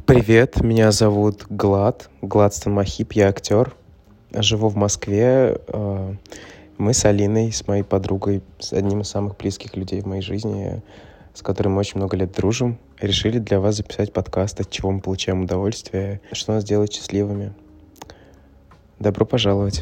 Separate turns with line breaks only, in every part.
Привет, меня зовут Гладстон Махип, я актер, живу в Москве. Мы с Алиной, с моей подругой, с одним из самых близких людей в моей жизни, с которым мы очень много лет дружим, решили для вас записать подкаст, от чего мы получаем удовольствие, что нас делает счастливыми. Добро пожаловать!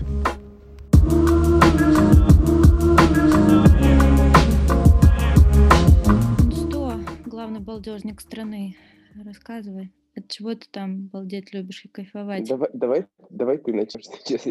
Что, главный балдежник страны, рассказывай. От чего ты там балдеть любишь и кайфовать?
Давай ты начнешь сейчас.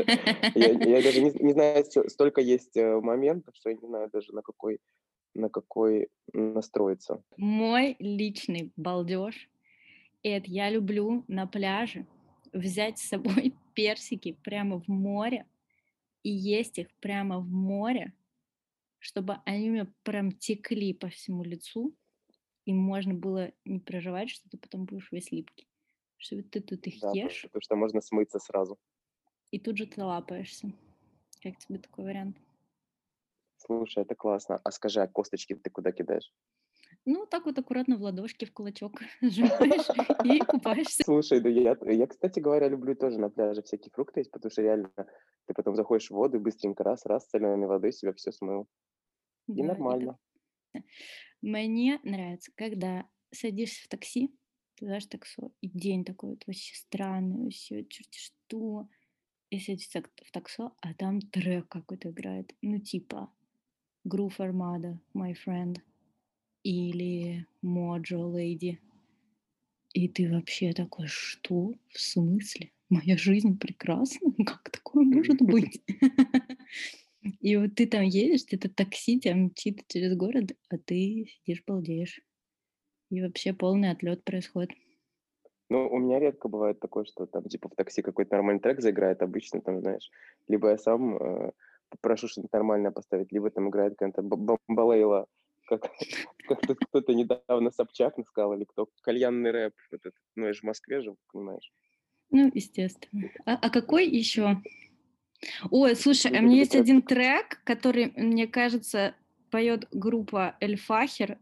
Я даже не знаю, столько есть моментов, что я не знаю даже на какой настроиться.
Мой личный балдеж — это я люблю на пляже взять с собой персики прямо в море и есть их прямо в море, чтобы они у меня прям текли по всему лицу, и можно было не переживать, что ты потом будешь весь липкий. Что вот ты тут их
Да,
ешь,
потому что можно смыться сразу.
и тут же ты лапаешься. Как тебе такой вариант?
Слушай, это классно. А скажи, а косточки ты куда кидаешь?
Ну, так вот аккуратно в ладошки, в кулачок сжимаешь и купаешься.
Слушай, да я, кстати говоря, люблю тоже на пляже всякие фрукты есть, потому что реально ты потом заходишь в воду и быстренько раз, соленой водой себя все смыл. И
Да, и так.
нормально.
Мне нравится, когда садишься в такси, ты знаешь, таксо, и день такой вот вообще странный, вообще черти что. И садишься в таксо, а там трек какой-то играет. Ну, типа Groove Armada, My Friend, или Mojo Lady. И ты вообще такой, что? В смысле? Моя жизнь прекрасна? Как такое может быть? И вот ты там едешь, это такси тебя мчит через город, а ты сидишь, балдеешь. И вообще полный отлет происходит.
Ну, у меня редко бывает такое, что там типа в такси какой-то нормальный трек заиграет, обычно там, знаешь, либо я сам попрошу что-нибудь нормальное поставить, либо там играет какая-то бомбалейла, как, как тут кто-то недавно Собчак сказал, или кто, кальянный рэп, вот этот. Ну, я же в Москве живу, понимаешь.
Ну, естественно. А какой еще? Ой, слушай,
Ну,
а
вот
мне
этот
есть
рэп.
один трек, который, мне кажется, поет группа Эльфахер.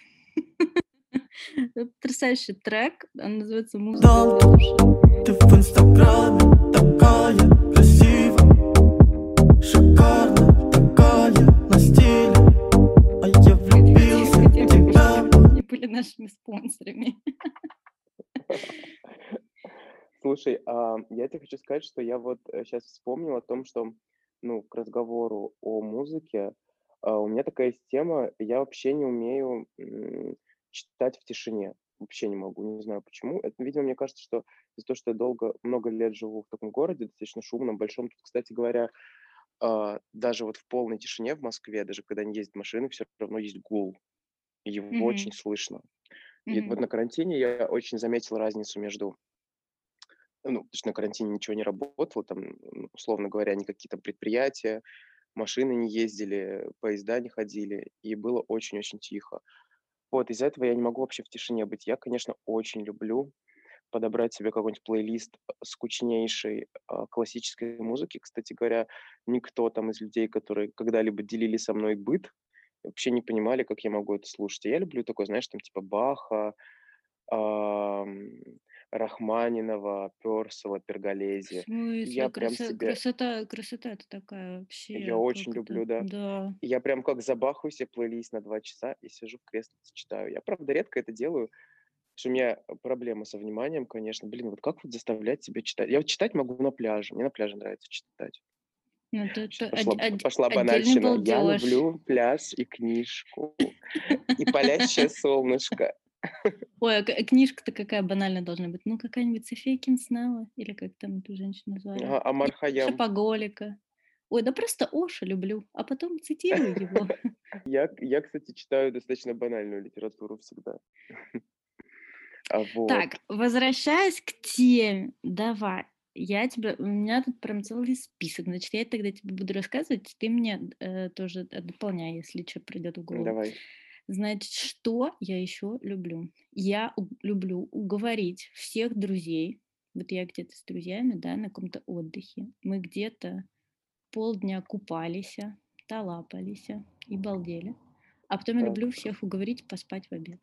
Это потрясающий трек, он называется «Музыка для души».
Ты в инстаграме такая красивая, шикарная такая на стиле, а я влюбился в тебя.
Они были нашими спонсорами.
Слушай, я тебе хочу сказать, что я вот сейчас вспомнил о том, что, ну, к разговору о музыке, у меня такая есть тема, я вообще не умею читать в тишине. Вообще не могу, не знаю почему. Это, видимо, мне кажется, что из-за того, что я много лет живу в таком городе, достаточно шумном, большом. Тут, кстати говоря, даже вот в полной тишине в Москве, даже когда не ездят машины, все равно есть гул. И его очень
Мгм,
слышно. И вот
мгм,
на карантине я очень заметил разницу между, ну, потому что на карантине ничего не работало, там, условно говоря, никакие там предприятия, машины не ездили, поезда не ходили, и было очень-очень тихо. Вот, из-за этого я не могу вообще в тишине быть. Я, конечно, очень люблю подобрать себе какой-нибудь плейлист скучнейшей классической музыки. Кстати говоря, никто там из людей, которые когда-либо делили со мной быт, вообще не понимали, как я могу это слушать. И я люблю такой, знаешь, там типа Баха, ам, Рахманинова, Пёрсова,
В
Перголези. И
смысле?
я прям себе
Красота это такая
я
вообще,
очень
как это?
люблю, да.
Да.
И я прям как забахаю себе плейлист на 2 часа и сижу в кресле читаю. Я, правда, редко это делаю, потому что у меня проблема со вниманием, конечно. Блин, вот как вот заставлять себя читать? Я вот читать могу на пляже. Мне на пляже нравится читать.
Ну, это
Сейчас пошла
отдельный
банальщина. Я
балдеж.
люблю пляж и книжку, и палящее солнышко.
Ой, а книжка-то какая банальная должна быть? Ну, какая-нибудь София Кинснелла, или как там эту женщину звали?
Ага, Омар Хайям.
Шопоголика. Ой, да просто Оша люблю, а потом цитирую его.
Я, кстати, читаю достаточно банальную литературу всегда. Вот.
Так, возвращаясь к теме, давай. У меня тут прям целый список. Значит, я тогда тебе буду рассказывать, ты мне тоже дополняй, если что придет в голову.
Давай.
Значит, что я еще люблю? Я люблю уговорить всех друзей. Вот я где-то с друзьями, да, на каком-то отдыхе. Мы где-то полдня купались, талапались и балдели. А потом я
Так.
люблю всех уговорить поспать в обед.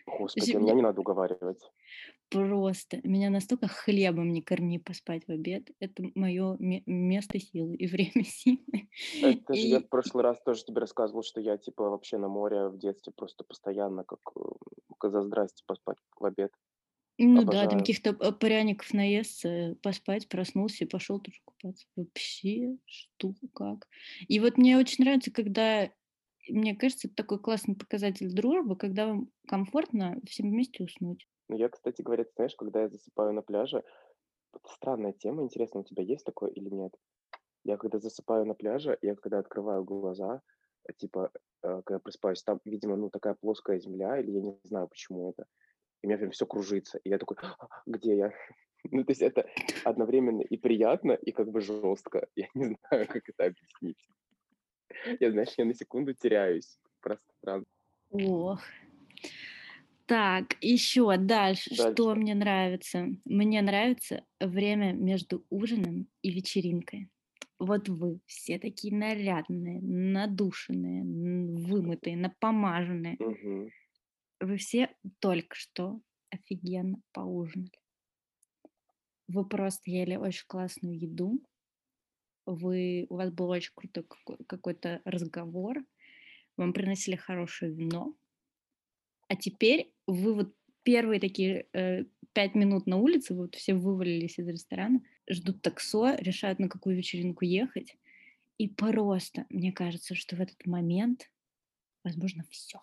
Господи,
Вообще,
меня не надо уговаривать.
просто меня настолько хлебом не корми поспать в обед. Это мое место силы и время силы.
Это же я в
И,
прошлый раз тоже тебе рассказывал, что я типа вообще на море в детстве просто постоянно как за здрасте поспать в обед.
ну да, там
Обожаю.
каких-то пряников наесться, поспать, проснулся и пошел тоже купаться. Вообще, что, как. И вот мне очень нравится, когда, мне кажется, это такой классный показатель дружбы, когда вам комфортно всем вместе уснуть.
Но я, кстати говоря, ты знаешь, когда я засыпаю на пляже, это странная тема, интересно, у тебя есть такое или нет? Я когда засыпаю на пляже, я когда открываю глаза, типа, когда просыпаюсь, там, видимо, ну, такая плоская земля, или я не знаю, почему это. И у меня прям все кружится. И я такой: где я?" Ну, то есть это одновременно и приятно, и как бы жестко. Я не знаю, как это объяснить. Я, знаешь, я на секунду теряюсь в пространстве.
Ох. Так, еще дальше. Что
Дальше.
мне нравится? Мне нравится время между ужином и вечеринкой. Вот вы все такие нарядные, надушенные, вымытые, напомаженные.
Мгм.
Вы все только что офигенно поужинали. Вы просто ели очень классную еду. У вас был очень крутой какой-то разговор. Вам приносили хорошее вино. А теперь вы вот первые такие 5 минут на улице, вы вот все вывалились из ресторана, ждут таксо, решают, на какую вечеринку ехать. И просто, мне кажется, что в этот момент возможно все.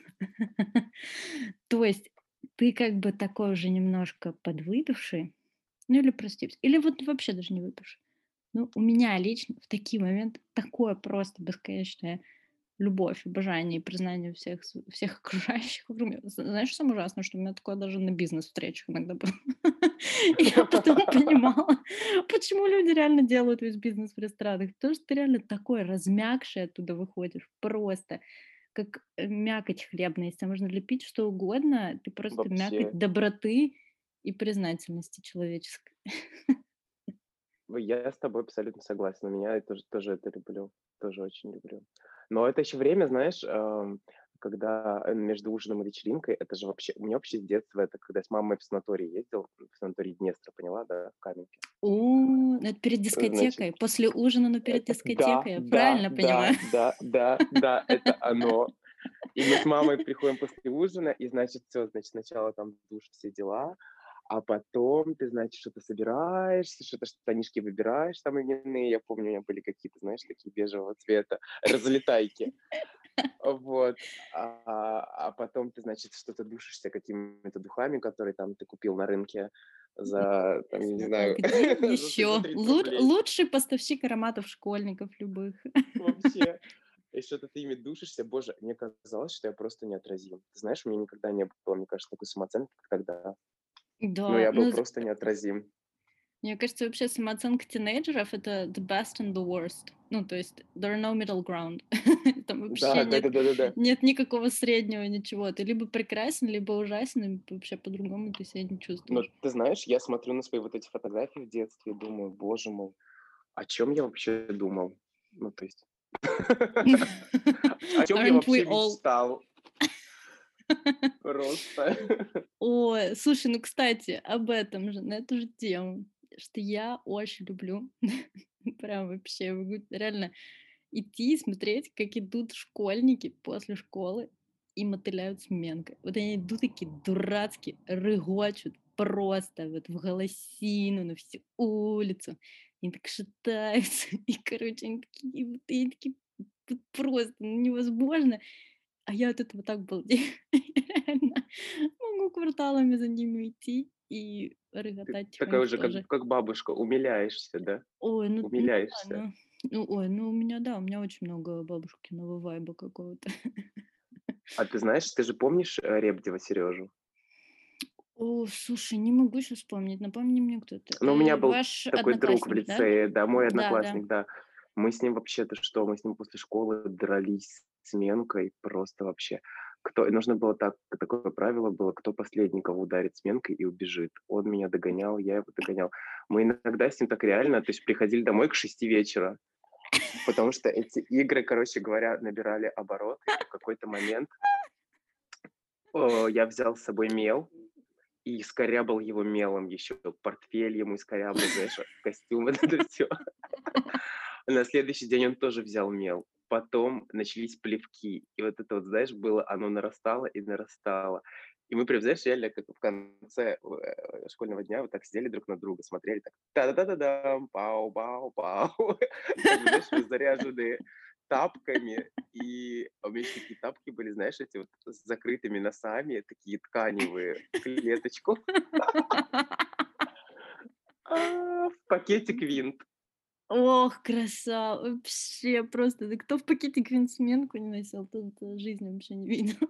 То есть ты как бы такой уже немножко подвыпивший, ну или простите, или вот вообще даже не выпивший. Ну, у меня лично в такие моменты такое просто бесконечное любовь, обожание и признание всех окружающих вокруг меня. Знаешь, что самое ужасное, что у меня такое даже на бизнес-встречах иногда было. И я потом понимала, почему люди реально делают весь бизнес в ресторанах. Потому что ты реально такой размякший оттуда выходишь, просто как мякоть хлебная. Из тебя можно лепить что угодно, ты просто мякоть
Вообще.
доброты и признательности человеческой.
Я с тобой абсолютно согласен. У меня я тоже это люблю. Тоже очень люблю. Но это еще время, знаешь, когда между ужином и вечеринкой, это же вообще у меня вообще с детства это когда я с мамой в санаторий ездил, в санаторий Днестр, поняла, да, в Каменке.
О, это перед
Значит,
дискотекой. После ужина, но перед
это да,
дискотекой. Я
да,
правильно
да,
понимаю?
да, да, да, это оно. И мы с мамой приходим после ужина, и, значит, все, значит, сначала там душ, все дела, а потом ты, значит, что-то собираешься, что-то штанишки выбираешь там льняные. Я помню, у меня были какие-то, знаешь, такие бежевого цвета, разлетайки. Вот. А потом ты, значит, что-то душишься какими-то духами, которые там ты купил на рынке за, там, я не
Интересно, а
знаю,
где
за
еще?
30 рублей.
Лучший поставщик ароматов школьников любых.
Вообще. И что-то ты ими душишься. Боже, мне казалось, что я просто неотразим. Ты знаешь, у меня никогда не было, мне кажется, такой самооценки, как тогда. Но
Да,
я был
ну,
просто неотразим.
мне кажется, вообще самооценка тинейджеров — это the best and the worst. Ну, то есть there are no middle ground. Там вообще
Да, да-да-да-да-да.
нет никакого среднего, ничего. Ты либо прекрасен, либо ужасен, и вообще по-другому ты себя не
Но
чувствуешь.
ты знаешь, я смотрю на свои вот эти фотографии в детстве и думаю, боже мой, о чем я вообще думал? Ну, то есть, о чем я
Aren't we
вообще
all?
мечтал? Просто.
Ой, слушай, ну, кстати, об этом же, на эту же тему, что я очень люблю, прям вообще, могу реально идти и смотреть, как идут школьники после школы и мотыляют сменкой. Вот они идут такие дурацкие, рыгочут просто вот в голосину на всю улицу. Они так шатаются, и, короче, они такие, вот, и они такие вот просто невозможно. А я от этого так балдею. Реально могу кварталами за ними идти и
Ты
рыготать
такая
тихонько
уже,
тоже.
как бабушка, умиляешься, да?
Ой, ну да,
Умиляешься.
ой, ну у меня, да, у меня очень много бабушкиного вайба какого-то.
А ты знаешь, ты же помнишь Ребдева Сережу?
О, слушай, не могу сейчас вспомнить. Напомни мне, кто это.
Ну, у меня был
Ваш
такой друг в
одноклассник, да?
лицее, да, мой
Да, да.
одноклассник, да. Мы с ним вообще-то что, мы с ним после школы дрались сменкой, просто вообще. Нужно было такое правило было, кто последний, кого ударит сменкой и убежит. Он меня догонял, я его догонял. Мы иногда с ним так реально, то есть приходили домой к 6 вечера, потому что эти игры, короче говоря, набирали обороты, и в какой-то момент Я взял с собой мел и скорябал его мелом еще, портфель ему искорябал, знаешь, костюм, вот это все. На следующий день он тоже взял мел. Потом начались плевки. И вот это вот, знаешь, было, оно нарастало и нарастало. И мы прям, знаешь, реально как в конце школьного дня вот так сидели друг на друга, смотрели так, та-да-да-да-дам, пау-пау-пау. Так, знаешь, заряженные тапками. И у меня еще такие тапки были, знаешь, эти вот с закрытыми носами, такие тканевые, в клеточку, в пакетик винт.
Ох, красава! Вообще просто. Да кто в пакете квинсменку не носил, тот жизни вообще не видел.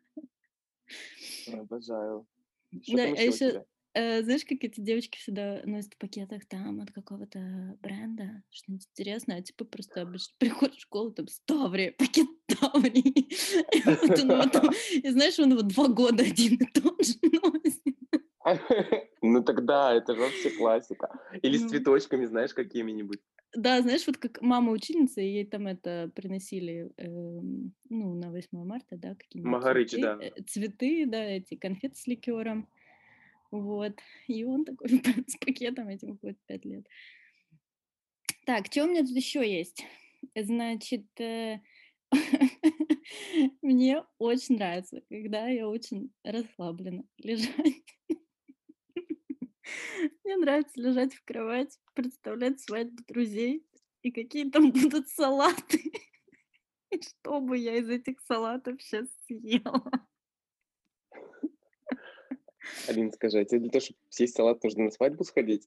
Обожаю. Что
Да,
там
а
еще у
еще,
тебя?
знаешь, как эти девочки всегда носят в пакетах там от какого-то бренда, что-нибудь интересное, а типа просто обычно приходишь в школу, там Ставрия, пакет Ставрии. И вот он его там, и знаешь, он его 2 года один и тот же носит.
Ну тогда это же вообще классика. Или с
Ну,
цветочками, знаешь, какими-нибудь.
да, знаешь, вот как мама учительница, и ей там это приносили, ну, на 8 марта, да, какие-нибудь
Магарыч,
цветы,
да.
цветы, да, эти конфеты с ликером. Вот. И он такой с пакетом этим ходит 5 лет. Так, что у меня тут еще есть? Значит, мне очень нравится, когда я очень расслаблена лежать. Мне нравится лежать в кровати, представлять свадьбу друзей и какие там будут салаты. И что бы я из этих салатов сейчас съела.
Алин, скажи, а тебе для того, чтобы съесть салат, нужно на свадьбу сходить?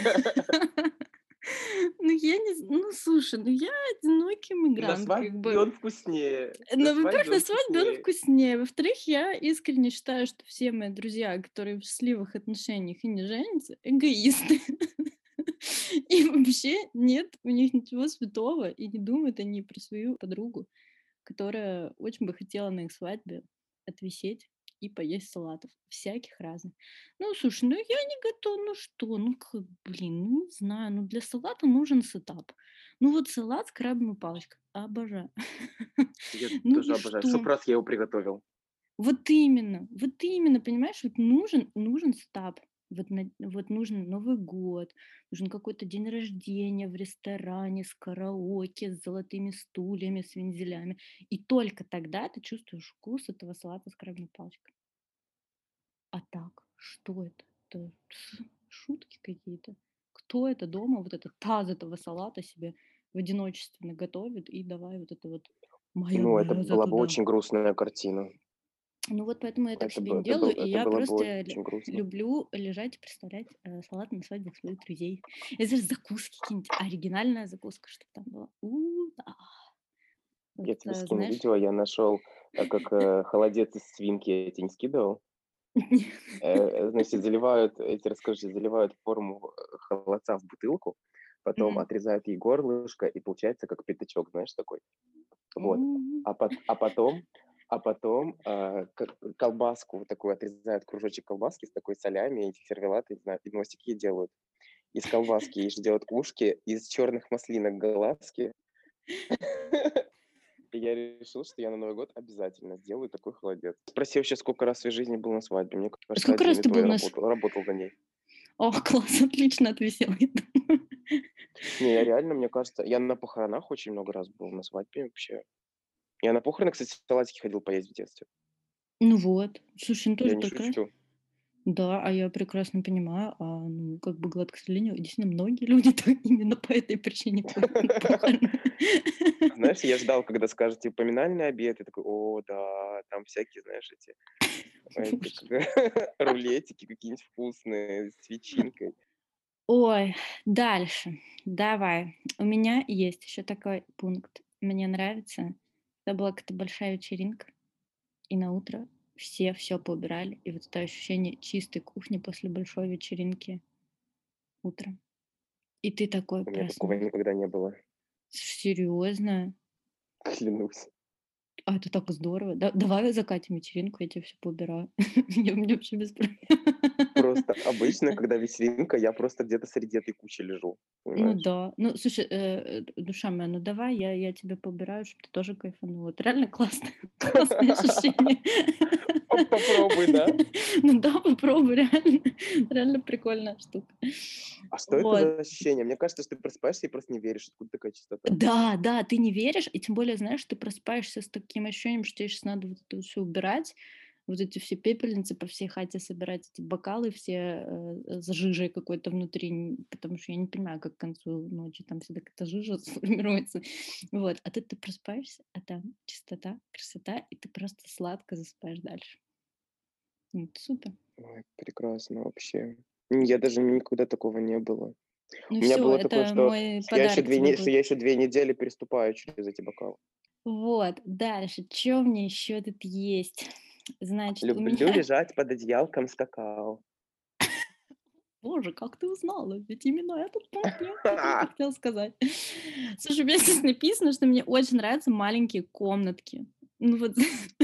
Ну, я не з ну, слушай, ну, я одинокий
На
мигрант, как
свадьбе
бы.
он вкуснее. На
Ну, во-первых,
свадьбе
на
он
свадьбе он
вкуснее.
вкуснее. Во-вторых, я искренне считаю, что все мои друзья, которые в счастливых отношениях и не женятся, эгоисты. И вообще нет у них ничего святого, и не думают они про свою подругу, которая очень бы хотела на их свадьбе отвисеть и поесть салатов всяких разных. Ну, слушай, ну я не готова, ну что, ну как, блин, ну не знаю, ну для салата нужен сетап. Ну вот салат с крабовыми палочками, обожаю.
Я
Ну
тоже
и
обожаю. В
что?
прошлый раз я его приготовил.
Вот именно, понимаешь, вот нужен стаб. Вот нужен Новый год, нужен какой-то день рождения в ресторане с караоке, с золотыми стульями, с вензелями. И только тогда ты чувствуешь вкус этого салата с крабовыми палочками. А так, что это? Это шутки какие-то. Кто это дома, вот этот таз этого салата себе в одиночестве наготовит и давай вот это вот
Ну, это
майонеза
была бы
туда.
очень грустная картина.
Ну вот поэтому я так себе не
Это,
делаю, и
это
я
было бы
просто
очень грустно.
люблю лежать и представлять салат на свадьбах своих друзей. Это же закуски какие-нибудь, оригинальная закуска, чтобы там была. Да. Вот,
Я тебе скину
знаешь,
видео, я нашел, как холодец из свинки, я тебе не скидывал. Значит, заливают, я тебе расскажу, заливают форму холодца в бутылку, потом
Мгм.
отрезают ей горлышко, и получается как пятачок, знаешь, такой. Вот.
М.
А потом колбаску вот такую отрезают, кружочек колбаски с такой солями, эти сервелаты, не знаю, и носик ей делают. Из колбаски ей же делают ушки, из черных маслинок глазки. И я решил, что я на Новый год обязательно сделаю такой холодец. Спроси вообще, сколько раз в своей жизни был на свадьбе? Мне кажется,
Сколько раз
один, и
ты
то
был
я
у нас?
работал на ней.
О, класс, отлично отвесел. Я думаю.
Не, я реально, мне кажется, я на похоронах очень много раз был, на свадьбе вообще. Я на похороны, кстати, салатики ходил поесть в детстве.
Ну вот, слушай, ну
Я
тоже
не
прекрасно.
шучу.
Да, а я прекрасно понимаю, ну, как бы гладко, к сожалению, действительно, многие люди-то именно по этой причине ходят на похороны.
Знаешь, я ждал, когда скажут, типа, поминальный обед. Я такой, о, да, там всякие, знаешь, эти
Боже.
рулетики какие-нибудь вкусные с ветчинкой.
Ой, дальше. Давай. У меня есть еще такой пункт. Мне нравится. Это была какая-то большая вечеринка, и на утро все поубирали. И вот это ощущение чистой кухни после большой вечеринки утром. И ты такой
У меня такого
проснулся.
никогда не было,
Серьезно?
клянусь.
А это так здорово. Давай закатим вечеринку, я тебе все поубираю. Мне вообще без проблем.
Просто обычно, когда вечеринка, я просто где-то среди этой кучи лежу,
Ну
понимаешь?
да. Ну, слушай, душа моя, ну давай, я тебя поубираю, чтобы ты тоже кайфанула. Это реально классное, классное ощущение.
Попробуй, да?
Ну да, попробуй, реально. Реально прикольная штука.
А что это
Вот.
за ощущение? Мне кажется, что ты просыпаешься и просто не веришь, откуда такая чистота.
Да, да, ты не веришь, и тем более, знаешь, ты просыпаешься с таким ощущением, что тебе сейчас надо вот это все убирать, вот эти все пепельницы по всей хате собирать, эти бокалы все с жижей какой-то внутри, потому что я не понимаю, как к концу ночи там всегда какая-то жижа сформируется. Вот, а тут ты просыпаешься, а там чистота, красота, и ты просто сладко засыпаешь дальше. Ну, это супер.
Ой, прекрасно вообще. Я даже никогда такого не было.
Ну
У меня
все,
было такое,
это
что
мой
я еще
подарок тебе
что
будет.
я еще 2 недели переступаю через эти бокалы.
Вот, дальше, что мне еще тут есть? Значит, у
Люблю
меня...
лежать под одеялком с какао.
Боже, как ты узнала? Ведь именно этот пункт я только хотела сказать. Слушай, у меня здесь написано, что мне очень нравятся маленькие комнатки. Ну вот,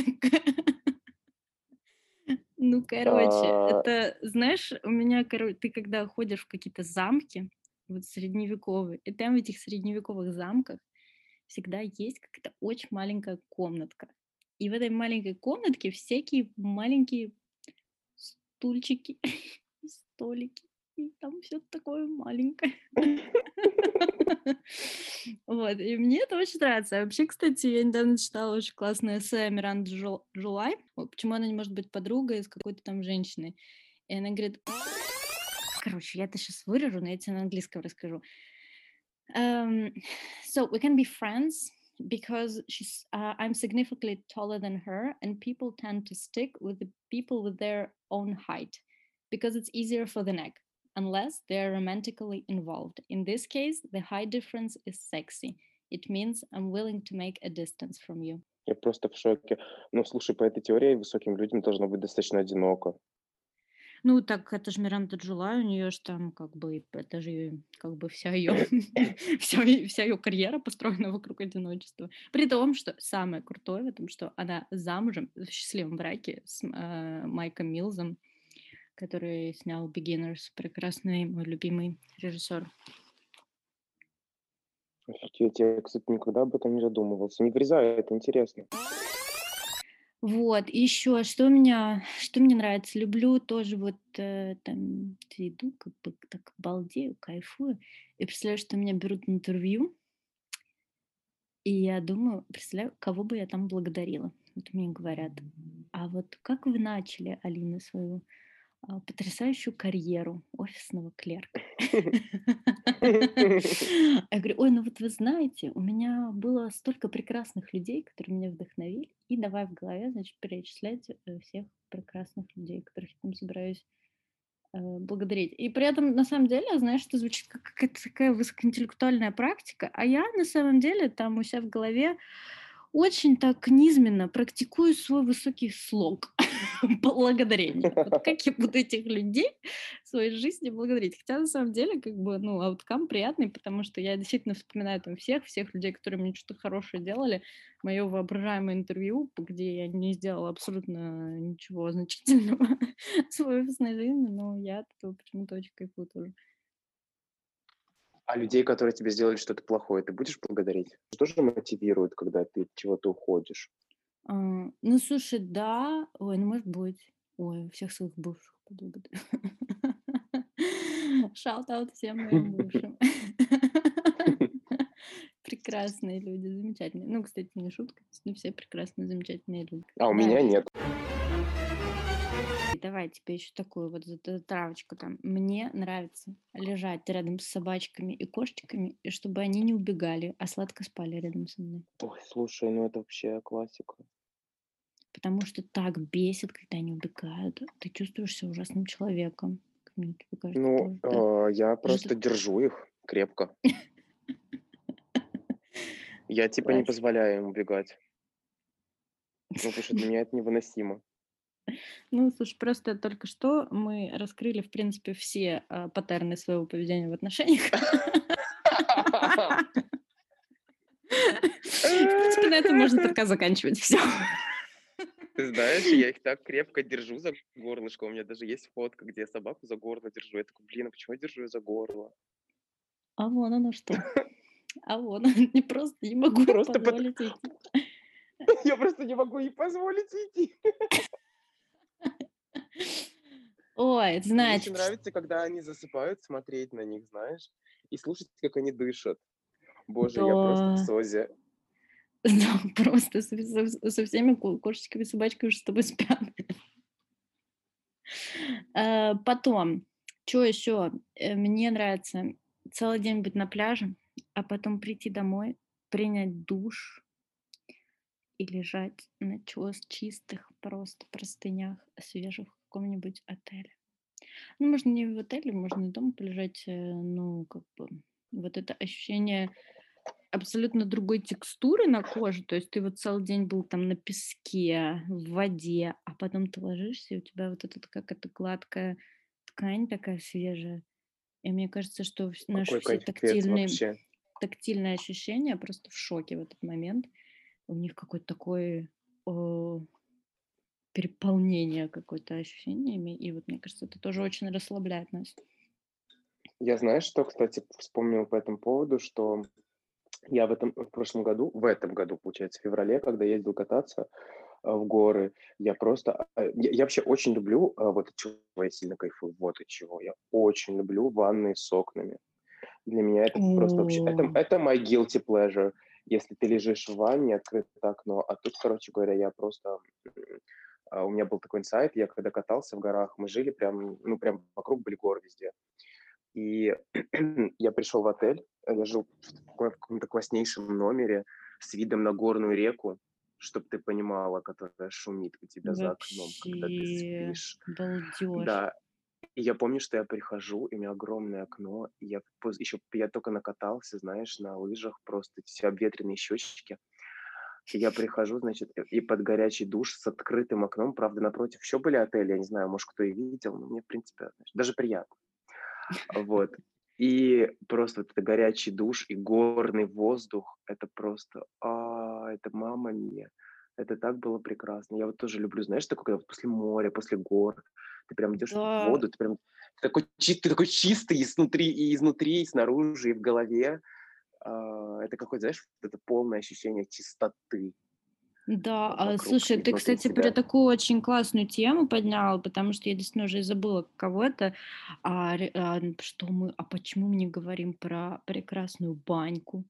ну, короче,
А,
это, знаешь, у меня, ты когда ходишь в какие-то замки, вот средневековые, и там в этих средневековых замках всегда есть какая-то очень маленькая комнатка. И в этой маленькой комнатке всякие маленькие стульчики, столики, и там все такое маленькое. Вот, и мне это очень нравится. А вообще, кстати, я недавно читала очень классное эссе Миранды Джулай, вот почему она не может быть подругой с какой-то там женщиной. И она говорит, короче, я это сейчас вырежу, но я тебе на английском расскажу. So we can be friends because I'm significantly taller than her, and people tend to stick with the people with their own height because it's easier for the neck, unless they are romantically involved. In this case, the height difference is sexy. It means I'm willing to make a distance from you.
я просто в шоке. Ну, слушай, по этой теории высоким людям должно быть достаточно одиноко.
Ну, так это же Миранда Джулай, у нее же там как бы, это же как бы вся ее, вся ее карьера построена вокруг одиночества. При том, что самое крутое в этом, что она замужем в счастливом браке с Майком Милзом, который снял «Beginners», прекрасный мой любимый режиссер.
Офигеть, я, кстати, никогда об этом не задумывался. Не врезай, это интересно.
Вот, и еще, что мне нравится, люблю тоже вот там иду, как бы так балдею, кайфую, и представляю, что меня берут на интервью, и я думаю, представляю, кого бы я там благодарила. Вот мне говорят, а вот как вы начали, Алина, свою потрясающую карьеру офисного клерка? Я говорю, ой, ну вот вы знаете, у меня было столько прекрасных людей, которые меня вдохновили, и давай в голове, значит, перечислять всех прекрасных людей, которых я там собираюсь благодарить. И при этом, на самом деле, знаешь, это звучит как какая-то такая высокоинтеллектуальная практика, а я, на самом деле, там у себя в голове очень так низменно практикую свой высокий слог благодарения. Вот как я буду этих людей в своей жизни благодарить? Хотя на самом деле, как бы, ну, ауткам приятный, потому что я действительно вспоминаю там всех людей, которые мне что-то хорошее делали. Мое воображаемое интервью, где я не сделала абсолютно ничего значительного в своей офисной жизни, но я от этого почему-то очень кайфую тоже.
А людей, которые тебе сделали что-то плохое, ты будешь благодарить? Что же мотивирует, когда ты от чего-то уходишь?
Ну, слушай, да. Ой, ну, может быть. Ой, всех своих бывших поблагодарю. Шаут-аут всем моим бывшим. Прекрасные люди, замечательные. Ну, кстати, не шутка, не все прекрасные, замечательные люди.
А у меня
Дальше.
нет.
И давай тебе еще такую вот травочку там. Мне нравится лежать рядом с собачками и кошечками, и чтобы они не убегали, а сладко спали рядом со мной.
Ой, слушай, ну это вообще классика.
Потому что так бесит, когда они убегают. Ты чувствуешь себя ужасным человеком. Как мне тебе кажется,
Ну,
тоже, да?
я
Ты же
просто держу их крепко. Я типа не
классик.
позволяю им убегать. Ну, потому что для меня это невыносимо.
Ну, слушай, просто только что мы раскрыли, в принципе, все паттерны своего поведения в отношениях. В принципе, на этом можно подкаст заканчивать. Все.
Ты знаешь, я их так крепко держу за горлышко. У меня даже есть фотка, где я собаку за горло держу. Я такой, блин, а почему я держу ее за горло?
А вон оно что. А вон, не просто не могу ей
Просто
позволить уйти.
я просто не могу ей позволить уйти.
Ой,
Мне еще
значит,
нравится, когда они засыпают, смотреть на них, знаешь, и слушать, как они дышат. Боже, я просто в
да,
созе.
да, просто со всеми кошечками, собачками уже с тобой спят. Потом, что еще? Мне нравится целый день быть на пляже, а потом прийти домой, принять душ и лежать на чистых просто простынях, свежих в каком-нибудь отеле. Ну, можно не в отеле, можно и дома полежать, ну, как бы вот это ощущение абсолютно другой текстуры на коже. То есть ты вот целый день был там на песке, в воде, а потом ты ложишься, и у тебя вот этот, как это, гладкая ткань такая свежая. И мне кажется, что наши
Какой
все
кайфец вообще.
тактильные ощущения просто в шоке в этот момент. У них какой-то такой о, переполнение какое-то ощущениями. И вот мне кажется, это тоже очень расслабляет нас.
Я знаешь, что, кстати, вспомнил по этому поводу, что я в этом году, получается, в феврале, когда ездил кататься в горы, я вообще очень люблю, вот от чего я сильно кайфую, вот от чего, я очень люблю ванны с окнами. Для меня это просто вообще,
О,
это my guilty pleasure, если ты лежишь в ванне, открыто окно, а тут, короче говоря, у меня был такой инсайт, я когда катался в горах, мы жили прям, ну, прям вокруг были горы везде, и я пришел в отель, я жил в каком-то класснейшем номере с видом на горную реку, чтобы ты понимала, которая шумит у тебя за окном, когда ты
вообще
спишь.
балдеж.
Да, и я помню, что я прихожу, и у меня огромное окно, и я только накатался, знаешь, на лыжах, просто все обветренные щечки. И я прихожу, значит, и под горячий душ с открытым окном, правда, напротив еще были отели, я не знаю, может, кто и видел, но мне, в принципе, знаешь, даже приятно. Вот. И просто вот это горячий душ и горный воздух, это просто, это мама мия. Это так было прекрасно. Я вот тоже люблю, знаешь, такое, когда вот после моря, после гор, ты прям идешь в
Да,
воду, ты такой чистый и изнутри, и снаружи, и в голове. Это какое-то, знаешь, вот это полное ощущение чистоты
да.
вокруг
Слушай,
и
ты,
внутри
кстати, про
тебя.
такую очень классную тему поднял, потому что я действительно уже и забыла, кого это. Почему мы не говорим про прекрасную баньку,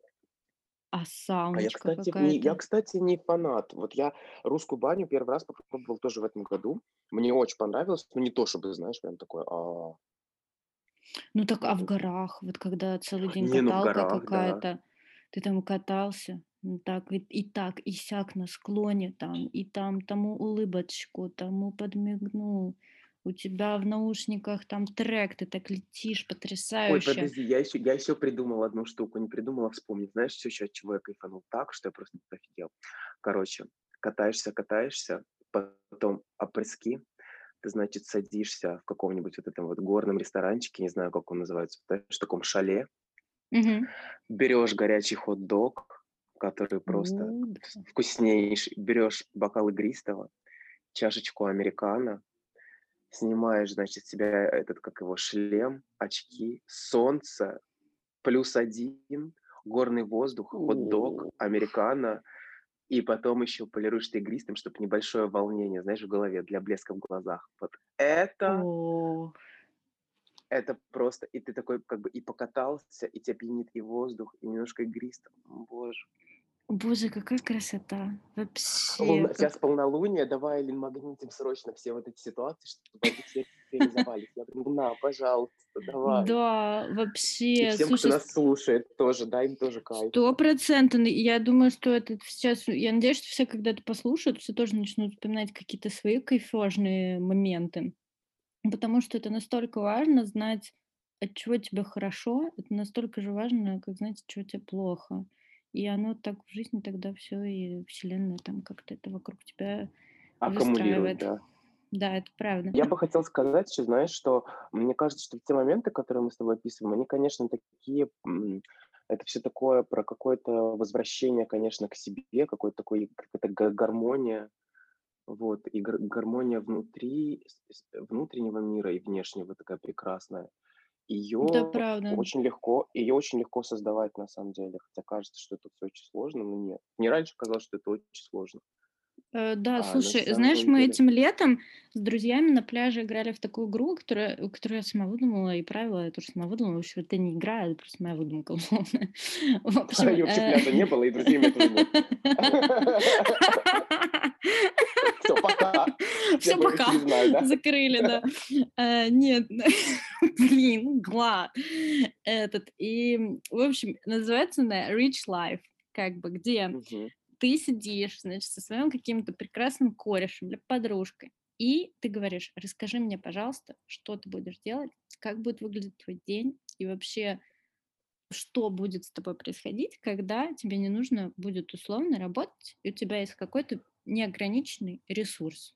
А я,
сауночка
кстати, не, я,
какая-то?
кстати, не фанат. Вот я русскую баню первый раз попробовал тоже в этом году. Мне очень понравилось, но не то, чтобы, знаешь, прям такое,
Ну так, а в
вот.
горах, вот когда целый день
Не, ну в
каталка
горах, да.
какая-то, ты там катался, так, и так, и сяк на склоне там, и там тому улыбочку, тому подмигнул, у тебя в наушниках там трек, ты так летишь,
Ой,
потрясающе.
подожди, я еще придумал одну штуку, не придумал, а вспомнить. Знаешь, все еще от чего я кайфанул так, что я просто офигел. Короче, катаешься, потом опрески, ты, значит, садишься в каком-нибудь вот этом вот горном ресторанчике, не знаю, как он называется, в таком шале,
Мгм.
берешь горячий хот-дог, который просто
Да.
вкуснейший, берешь бокал игристого, чашечку американо, снимаешь, значит, с себя этот, как его, шлем, очки, солнце, +1, горный воздух, хот-дог,
О,
американо, и потом еще полируешь ты игристым, чтобы небольшое волнение, знаешь, в голове, для блеска в глазах. Вот
о.
это просто, и ты такой как бы и покатался, и тебя пьянит и воздух, и немножко игристо. Боже.
Боже, какая красота. Вообще,
Сейчас
как...
полнолуние, давай магнитим срочно все вот эти ситуации, чтобы они все реализовались. Я говорю, на, пожалуйста, давай.
Да,
И
вообще,
всем, кто
слушай,
нас слушает, тоже, дай им тоже
Сто
кайфа.
процентов. Я думаю, что это сейчас, я надеюсь, что все когда-то послушают, все тоже начнут вспоминать какие-то свои кайфажные моменты. Потому что это настолько важно знать, от чего тебе хорошо, это настолько же важно, как знать, от чего тебе плохо. И оно так в жизни тогда все и Вселенная там как-то это вокруг тебя
Аккумулирует,
выстраивает.
да.
Да, это правда.
Я бы хотел сказать еще, знаешь, что мне кажется, что те моменты, которые мы с тобой описываем, они, конечно, такие, это все такое про какое-то возвращение, конечно, к себе, какой-то такой, какая-то гармония. Вот, и гармония внутри, внутреннего мира и внешнего такая прекрасная.
Это
Ее
правда.
ее очень легко создавать на самом деле, хотя кажется, что это все очень сложно, но нет. Мне раньше казалось, что это очень сложно,
Да,
а на
слушай, знаешь,
самом
мы
деле
этим летом с друзьями на пляже играли в такую игру, которую я сама выдумала, и правила я тоже сама выдумала. В общем, это не игра, это просто моя выдумка условно. В общем,
ее вообще пляжа не было, и друзей у меня тоже нет. Все, пока. Все
Все,
больше
пока.
не знаю, да?
Закрыли, да. Нет, блин, Глад. И, в общем, называется она Rich Life, как бы, где
Мгм.
ты сидишь, значит, со своим каким-то прекрасным корешем или подружкой, и ты говоришь: расскажи мне, пожалуйста, что ты будешь делать, как будет выглядеть твой день, и вообще, что будет с тобой происходить, когда тебе не нужно будет условно работать, и у тебя есть какой-то неограниченный ресурс.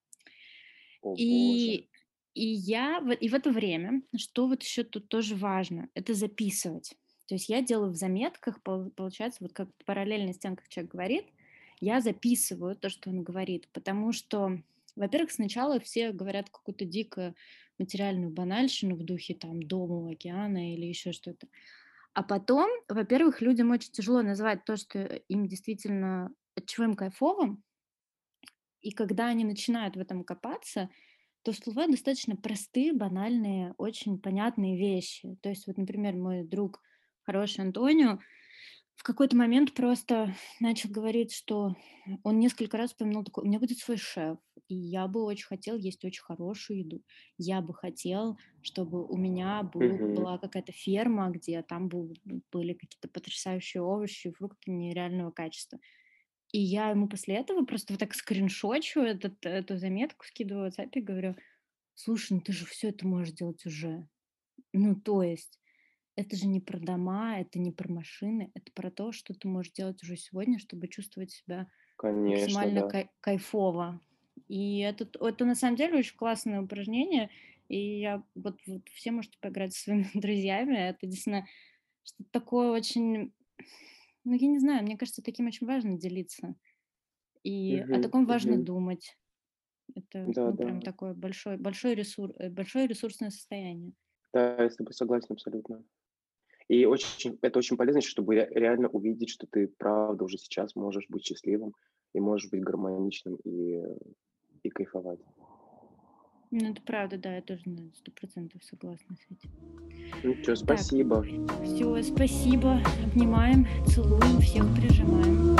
О боже.
И, и в это время, что вот еще тут тоже важно, это записывать. То есть я делаю в заметках, получается, вот как параллельно с тем, как человек говорит, я записываю то, что он говорит, потому что, во-первых, сначала все говорят какую-то дикую материальную банальщину в духе там дома у океана или еще что-то. А потом, во-первых, людям очень тяжело назвать то, что им действительно, от чего им кайфово, и когда они начинают в этом копаться, то всплывают достаточно простые, банальные, очень понятные вещи. То есть вот, например, мой друг, хороший Антонио, в какой-то момент просто начал говорить, что он несколько раз упомянул такой: у меня будет свой шеф, и я бы очень хотел есть очень хорошую еду. Я бы хотел, чтобы у меня
Мгм.
была какая-то ферма, где там были какие-то потрясающие овощи и фрукты нереального качества. И я ему после этого просто вот так скриншочу эту заметку, скидываю в WhatsApp и говорю: слушай, ну ты же все это можешь делать уже. Ну, то есть это же не про дома, это не про машины, это про то, что ты можешь делать уже сегодня, чтобы чувствовать себя
Конечно,
максимально
да.
кайфово. И это на самом деле очень классное упражнение. И я вот все можете поиграть со своими друзьями. Это действительно что-то такое очень, ну, я не знаю, мне кажется, таким очень важно делиться. И о
Мгм.
таком важно
Мгм.
думать. Это,
Да,
ну,
да.
прям такое большое ресурсное состояние.
Да, я с тобой согласен абсолютно. И это очень полезно, чтобы реально увидеть, что ты правда уже сейчас можешь быть счастливым и можешь быть гармоничным и кайфовать.
Ну, это правда, да, я тоже на 100% согласна с этим.
Ну чё,
Так,
спасибо.
все, спасибо, обнимаем, целуем, всех прижимаем.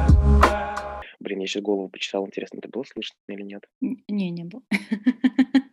Пока. Блин, я сейчас голову почесал, интересно, это было слышно или нет?
Не было.